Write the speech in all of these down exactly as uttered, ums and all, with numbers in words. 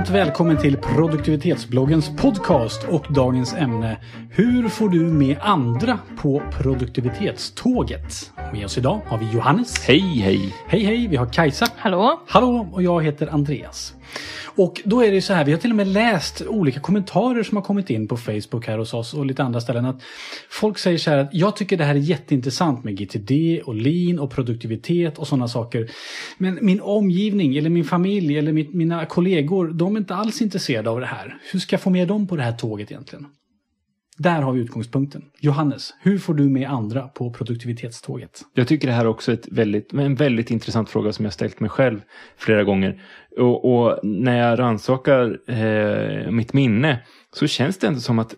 Varmt välkommen till produktivitetsbloggens podcast och dagens ämne: hur får du med andra på produktivitetståget? Med oss idag har vi Johannes. Hej, hej. Hej, hej. Vi har Kajsa. Hallå. Hallå, och jag heter Andreas. Och då är det så här, vi har till och med läst olika kommentarer som har kommit in på Facebook här hos oss och lite andra ställen, att folk säger så här att jag tycker det här är jätteintressant med G T D och lean och produktivitet och sådana saker. Men min omgivning eller min familj eller mitt, mina kollegor, de är inte alls intresserade av det här. Hur ska jag få med dem på det här tåget egentligen? Där har vi utgångspunkten. Johannes, hur får du med andra på produktivitetståget? Jag tycker det här är också ett väldigt, en väldigt intressant fråga som jag ställt mig själv flera gånger. Och, och när jag rannsakar eh, mitt minne så känns det ändå som att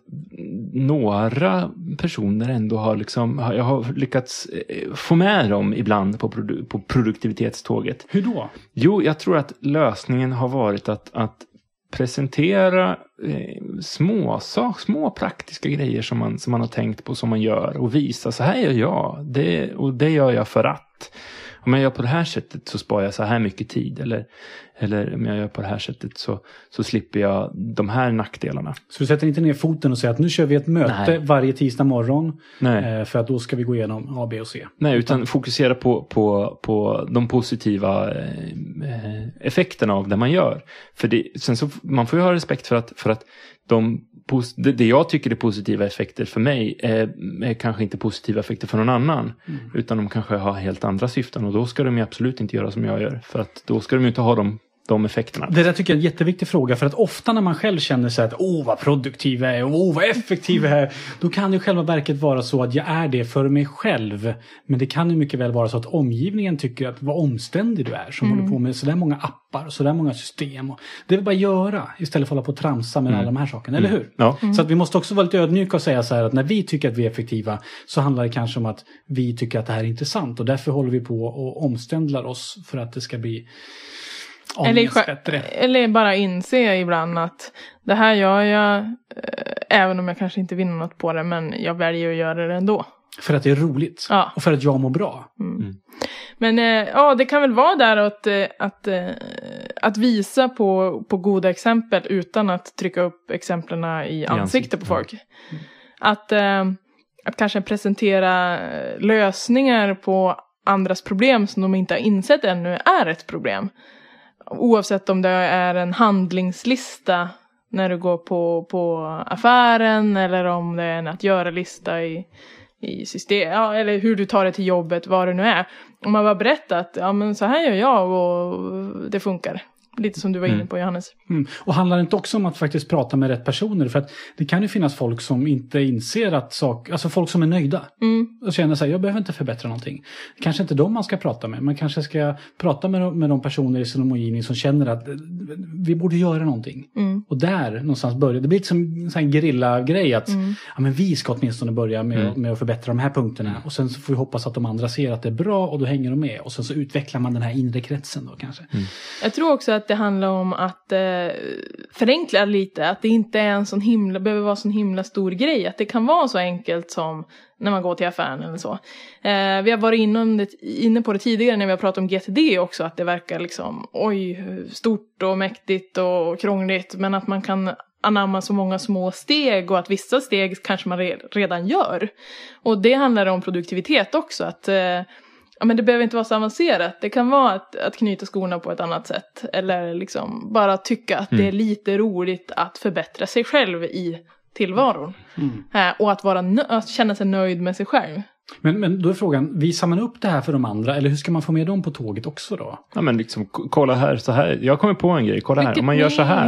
några personer ändå har liksom, jag har lyckats få med dem ibland på, produ- på produktivitetståget. Hur då? Jo, jag tror att lösningen har varit att, att presentera eh, små, så, små praktiska grejer som man, som man har tänkt på, som man gör, och visa så här gör jag, det, och det gör jag för att om jag gör på det här sättet så sparar jag så här mycket tid, eller, eller om jag gör på det här sättet så, så slipper jag de här nackdelarna. Så du sätter inte ner foten och säger att nu kör vi ett möte Nej. varje tisdag morgon. Nej. För att då ska vi gå igenom A, B och C. Nej, utan fokusera på, på, på de positiva eh, effekterna av det man gör. För det, sen så, man får ju ha respekt för att, för att de, det, det jag tycker är positiva effekter för mig är, är kanske inte positiva effekter för någon annan. Mm. Utan de kanske har helt andra syften, och då ska de ju absolut inte göra som jag gör. För att då ska de ju inte ha de de effekterna. Det där tycker jag är en jätteviktig fråga, för att ofta när man själv känner sig att åh vad produktiv jag är, åh vad effektiv jag är, då kan ju själva verket vara så att jag är det för mig själv. Men det kan ju mycket väl vara så att omgivningen tycker att vad omständig du är som mm. håller på med sådär många appar och sådär många system. Och det vill bara göra istället för att hålla på och tramsa med mm. alla de här sakerna, eller hur? Ja. Mm. Så att vi måste också vara lite ödmjuka och säga så här att när vi tycker att vi är effektiva så handlar det kanske om att vi tycker att det här är intressant, och därför håller vi på och omständlar oss för att det ska bli Eller, eller bara inse ibland att det här gör jag eh, även om jag kanske inte vinner något på det, men jag väljer att göra det ändå. För att det är roligt. Ja. Och för att jag mår bra. Mm. Mm. Men eh, ja, det kan väl vara där att, att, eh, att visa på, på goda exempel utan att trycka upp exemplen i, I ansiktet på folk. Mm. Att, eh, att kanske presentera lösningar på andras problem som de inte har insett ännu är ett problem. Oavsett om det är en handlingslista när du går på, på affären, eller om det är en att göra-lista i, i system, ja, eller hur du tar det till jobbet, vad det nu är. Om man bara berättar att ja, men så här gör jag och det funkar. Lite som du var inne mm. på, Johannes. Mm. Och handlar det inte också om att faktiskt prata med rätt personer? För att det kan ju finnas folk som inte inser att sak, alltså folk som är nöjda. Mm. Och känner sig, jag behöver inte förbättra någonting. Kanske inte de man ska prata med. Man kanske ska prata med, med de personer i sin omgivning som känner att vi borde göra någonting. Mm. Och där någonstans börjar. Det blir lite som en sån här gerilla-grej att mm. ja, men vi ska åtminstone börja med, mm. med att förbättra de här punkterna. Och sen så får vi hoppas att de andra ser att det är bra, och då hänger de med. Och sen så utvecklar man den här inre kretsen då kanske. Mm. Jag tror också att det handlar om att eh, förenkla lite, att det inte är en sån himla, behöver vara en sån himla stor grej, att det kan vara så enkelt som när man går till affären eller så. Eh, vi har varit inom det, inne på det tidigare när vi har pratat om G T D också, att det verkar liksom oj, stort och mäktigt och krångligt, men att man kan anamma så många små steg, och att vissa steg kanske man re- redan gör. Och det handlar om produktivitet också, att eh, ja, men det behöver inte vara så avancerat. Det kan vara att, att knyta skorna på ett annat sätt. Eller liksom bara tycka att mm. det är lite roligt att förbättra sig själv i tillvaron. Mm. Äh, och att, vara nö- att känna sig nöjd med sig själv. Men, men då är frågan, visar man upp det här för de andra? Eller hur ska man få med dem på tåget också då? Ja, men liksom, kolla här, så här. Jag kommer på en grej, kolla här. Om man gör så här.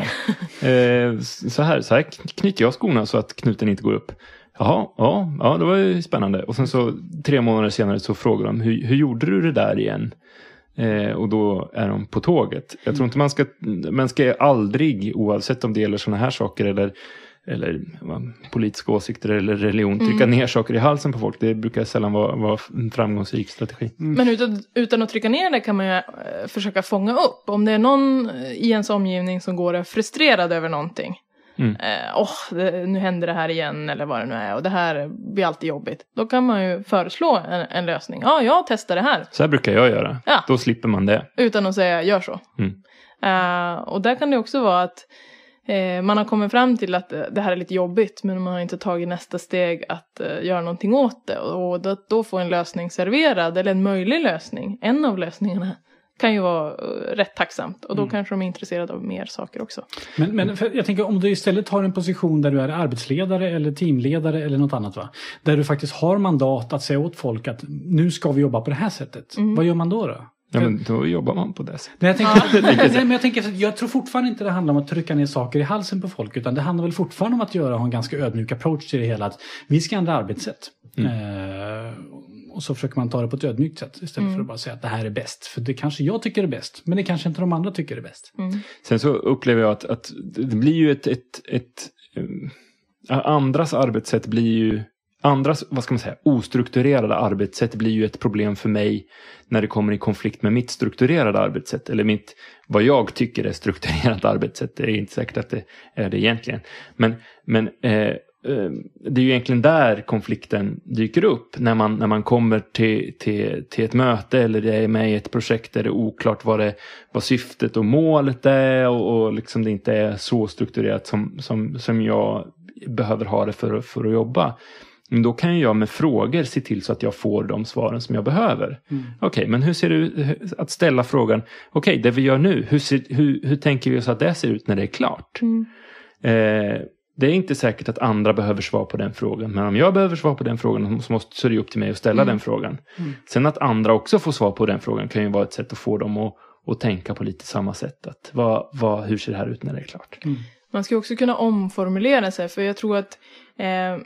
Eh, så här, så här knyter jag skorna så att knuten inte går upp. Jaha, ja, ja, det var ju spännande. Och sen så tre månader senare så frågar de, hur, hur gjorde du det där igen? Eh, och då är de på tåget. Jag tror inte man ska, man ska aldrig, oavsett om det gäller sådana här saker eller, eller va, politiska åsikter eller religion, trycka mm. ner saker i halsen på folk. Det brukar sällan vara, vara en framgångsrik strategi. Mm. Men utan, utan att trycka ner det kan man ju äh, försöka fånga upp. Om det är någon i ens omgivning som går frustrerad över någonting. Mm. Eh, oh, det, nu händer det här igen eller vad det nu är, och det här blir alltid jobbigt. Då kan man ju föreslå en, en lösning. Ja, jag testar det här. Så här brukar jag göra. Ja. Då slipper man det. Utan att säga, gör så. Mm. Uh, och där kan det också vara att uh, man har kommit fram till att uh, det här är lite jobbigt, men man har inte tagit nästa steg att uh, göra någonting åt det. Och, och då, då få en lösning serverad, eller en möjlig lösning, en av lösningarna, kan ju vara uh, rätt tacksamt. Och då mm. kanske de är intresserade av mer saker också. Men, men för jag tänker, om du istället har en position där du är arbetsledare eller teamledare eller något annat, va? Där du faktiskt har mandat att säga åt folk att nu ska vi jobba på det här sättet. Mm. Vad gör man då då? Ja, men då jobbar man på det sättet. Nej, jag, tänker, ja. nej, men jag, tänker, jag tror fortfarande inte det handlar om att trycka ner saker i halsen på folk, utan det handlar väl fortfarande om att göra ha en ganska ödmjuk approach till det hela. Att vi ska ändra arbetssätt. Mm. Eh, och så försöker man ta det på ett ödmjukt sätt istället mm. för att bara säga att det här är bäst. För det kanske jag tycker är bäst, men det kanske inte de andra tycker är bäst. Mm. Sen så upplever jag att, att det blir ju ett, ett, ett um, andras arbetssätt blir ju andras, vad ska man säga, ostrukturerade arbetssätt blir ju ett problem för mig när det kommer i konflikt med mitt strukturerade arbetssätt. Eller mitt, vad jag tycker är strukturerat arbetssätt. Det är inte säkert att det är det egentligen. Men, men eh, eh, det är ju egentligen där konflikten dyker upp. När man, när man kommer till, till, till ett möte eller det är med i ett projekt där det är oklart vad, det, vad syftet och målet är. Och, och liksom det inte är så strukturerat som, som, som jag behöver ha det för, för att jobba. Men då kan jag med frågor se till så att jag får de svaren som jag behöver. Mm. Okej, okay, men hur ser det ut att ställa frågan? Okej, okay, det vi gör nu, hur, ser, hur, hur tänker vi oss att det ser ut när det är klart? Mm. Eh, det är inte säkert att andra behöver svar på den frågan. Men om jag behöver svar på den frågan så, måste, så är det upp till mig att ställa mm. den frågan. Mm. Sen att andra också får svar på den frågan kan ju vara ett sätt att få dem att, att tänka på lite samma sätt. Att vad, vad, hur ser det här ut när det är klart? Mm. Man ska också kunna omformulera sig, för jag tror att eh,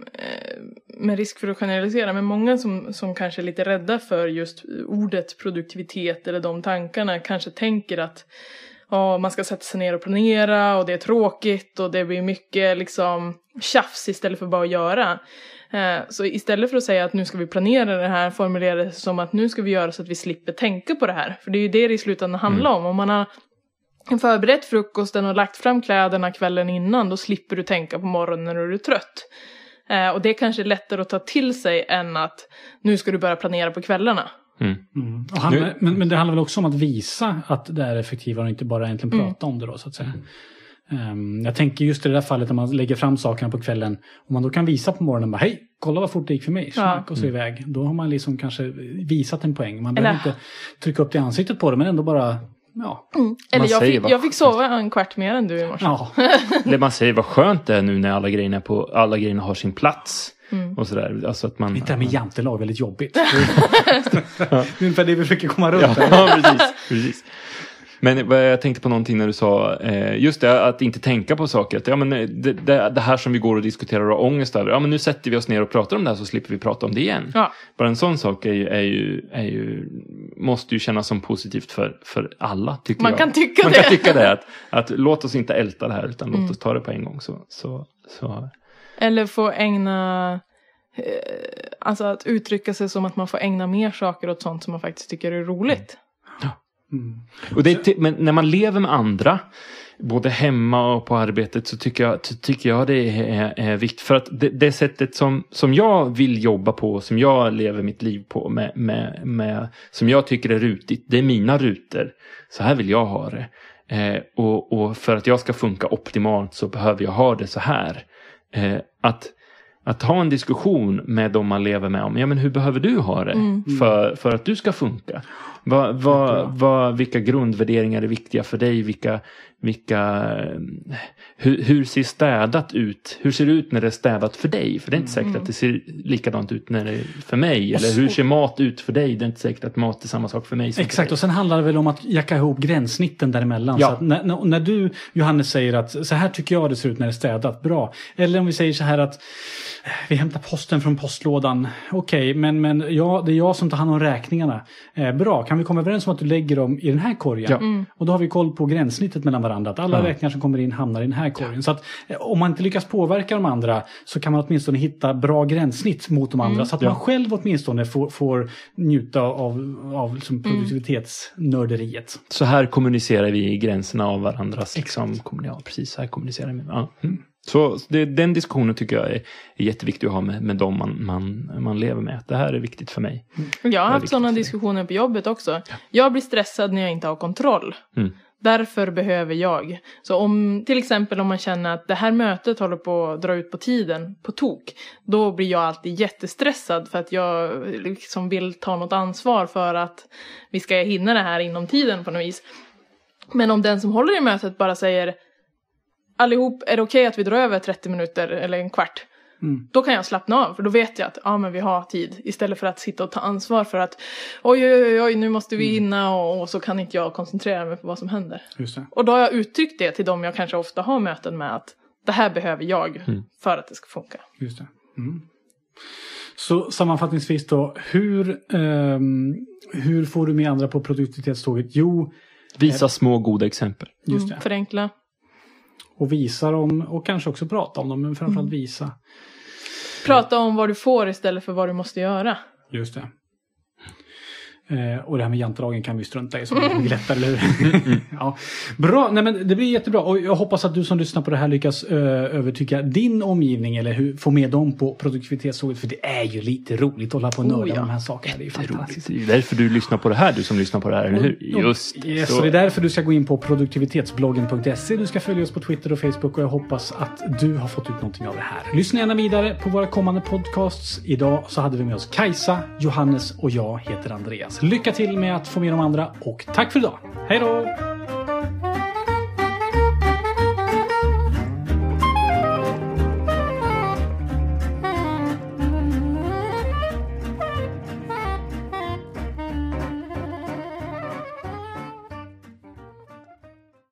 med risk för att generalisera, men många som, som kanske är lite rädda för just ordet produktivitet eller de tankarna kanske tänker att ja, man ska sätta sig ner och planera och det är tråkigt och det blir mycket liksom tjafs istället för bara att göra. Eh, så istället för att säga att nu ska vi planera det här, formulera det som att nu ska vi göra så att vi slipper tänka på det här. För det är ju det det i slutändan handlar mm. om. Om man har förberett frukosten och lagt fram kläderna kvällen innan, då slipper du tänka på morgonen när du är trött. Eh, och det kanske är lättare att ta till sig än att nu ska du börja planera på kvällarna. Mm. Mm. Och han, men, men det handlar väl också om att visa att det är effektivare och inte bara egentligen prata mm. om det då, så att säga. Um, jag tänker just i det där fallet när man lägger fram sakerna på kvällen, om man då kan visa på morgonen bara, hej, kolla vad fort det gick för mig, smack, ja. och så mm. iväg. Då har man liksom kanske visat en poäng. Man behöver inte trycka upp det i ansiktet på det, men ändå bara... Ja. Mm. Eller jag fick, jag fick sova en kvart mer än du i morse. Ja. Eller man säger vad skönt det är nu när alla grejerna, på, alla grejerna har sin plats. Mm. Och sådär. Alltså att man, det där med jantelag är väldigt jobbigt. Ungefär det vi försöker komma runt. Ja, precis, precis. Men jag tänkte på någonting när du sa just det, att inte tänka på saker. Att, ja, men det, det, det här som vi går och diskuterar och ångest över. Ja, men nu sätter vi oss ner och pratar om det här så slipper vi prata om det igen. Ja. Bara en sån sak är ju, är ju, är ju, måste ju kännas som positivt för, för alla, tycker Man jag. Kan tycka Man det. kan tycka det. Att, att låt oss inte älta det här utan mm. låt oss ta det på en gång. Så, så, så. Eller få ägna... Alltså att uttrycka sig som att man får ägna mer saker åt sånt som man faktiskt tycker är roligt. Ja. Mm. Och det är, men när man lever med andra, både hemma och på arbetet, så tycker jag, tycker jag det är, är viktigt. För att det, det sättet som, som jag vill jobba på, som jag lever mitt liv på, med, med, med, som jag tycker är rutigt, det är mina rutor. Så här vill jag ha det. Eh, och, och för att jag ska funka optimalt så behöver jag ha det så här. Eh, att Att ha en diskussion med dem man lever med om. Ja, men hur behöver du ha det mm. för, för att du ska funka? Va, va, va, vilka grundvärderingar är viktiga för dig? Vilka, vilka, hur, hur ser städat ut? Hur ser det ut när det är städat för dig? För det är inte säkert mm. att det ser likadant ut när det är för mig. Eller hur ser mat ut för dig? Det är inte säkert att mat är samma sak för mig som Exakt, för och sen handlar det väl om att jacka ihop gränssnitten däremellan. Ja. Så att när, när, när du, Johannes, säger att så här tycker jag det ser ut när det är städat, bra. Eller om vi säger så här att vi hämtar posten från postlådan. Okej, okay, men, men ja, det är jag som tar hand om räkningarna. Eh, bra, kan vi komma överens om att du lägger dem i den här korgen? Ja. Mm. Och då har vi koll på gränssnittet mellan varandra. Att alla mm. räkningar som kommer in hamnar i den här korgen. Ja. Så att eh, om man inte lyckas påverka de andra så kan man åtminstone hitta bra gränssnitt mot de andra. Mm. Så att ja. man själv åtminstone får, får njuta av, av liksom produktivitetsnörderiet. Så här kommunicerar vi gränserna av varandras. Liksom, ja, precis, så här kommunicerar vi. Ja. Mm. Så det, den diskussionen tycker jag är, är jätteviktig att ha med, med dem man, man, man lever med. Det här är viktigt för mig. Mm. Jag har haft sådana diskussioner på jobbet också. Ja. Jag blir stressad när jag inte har kontroll. Mm. Därför behöver jag. Så om till exempel om man känner att det här mötet håller på att dra ut på tiden på tok. Då blir jag alltid jättestressad för att jag liksom vill ta något ansvar för att vi ska hinna det här inom tiden på något vis. Men om den som håller i mötet bara säger allihop, är det okej att vi drar över trettio minuter eller en kvart? Mm. Då kan jag slappna av, för då vet jag att ja, men vi har tid. Istället för att sitta och ta ansvar för att oj, oj, oj, nu måste vi hinna och, och så kan inte jag koncentrera mig på vad som händer. Just det. Och då har jag uttryckt det till dem jag kanske ofta har möten med, att det här behöver jag mm. för att det ska funka. Just det. Mm. Så sammanfattningsvis då, hur, um, hur får du med andra på produktivitetståget? Jo, visa eh, små goda exempel. Just det. Mm, förenkla. Och visa dem, och kanske också prata om dem, men framförallt mm. visa. Prata om vad du får istället för vad du måste göra. Just det. Eh, och det här med jantedagen kan vi strunta i, så det är lättare, eller hur? Ja. Bra, nej men det blir jättebra. Och jag hoppas att du som lyssnar på det här lyckas ö, övertyga din omgivning, eller hur, få med dem på produktivitetsåret. För det är ju lite roligt att hålla på och nörda oh, ja. de här sakerna. Det är ju fantastiskt. Det är därför du lyssnar på det här, du som lyssnar på det här, eller hur? Just yes, så. så det är därför du ska gå in på produktivitetsbloggen punkt se. Du ska följa oss på Twitter och Facebook, och jag hoppas att du har fått ut någonting av det här. Lyssna gärna vidare på våra kommande podcasts. Idag så hade vi med oss Kajsa, Johannes och jag heter Andreas. Lycka till med att få med de andra, och tack för idag. Hej då!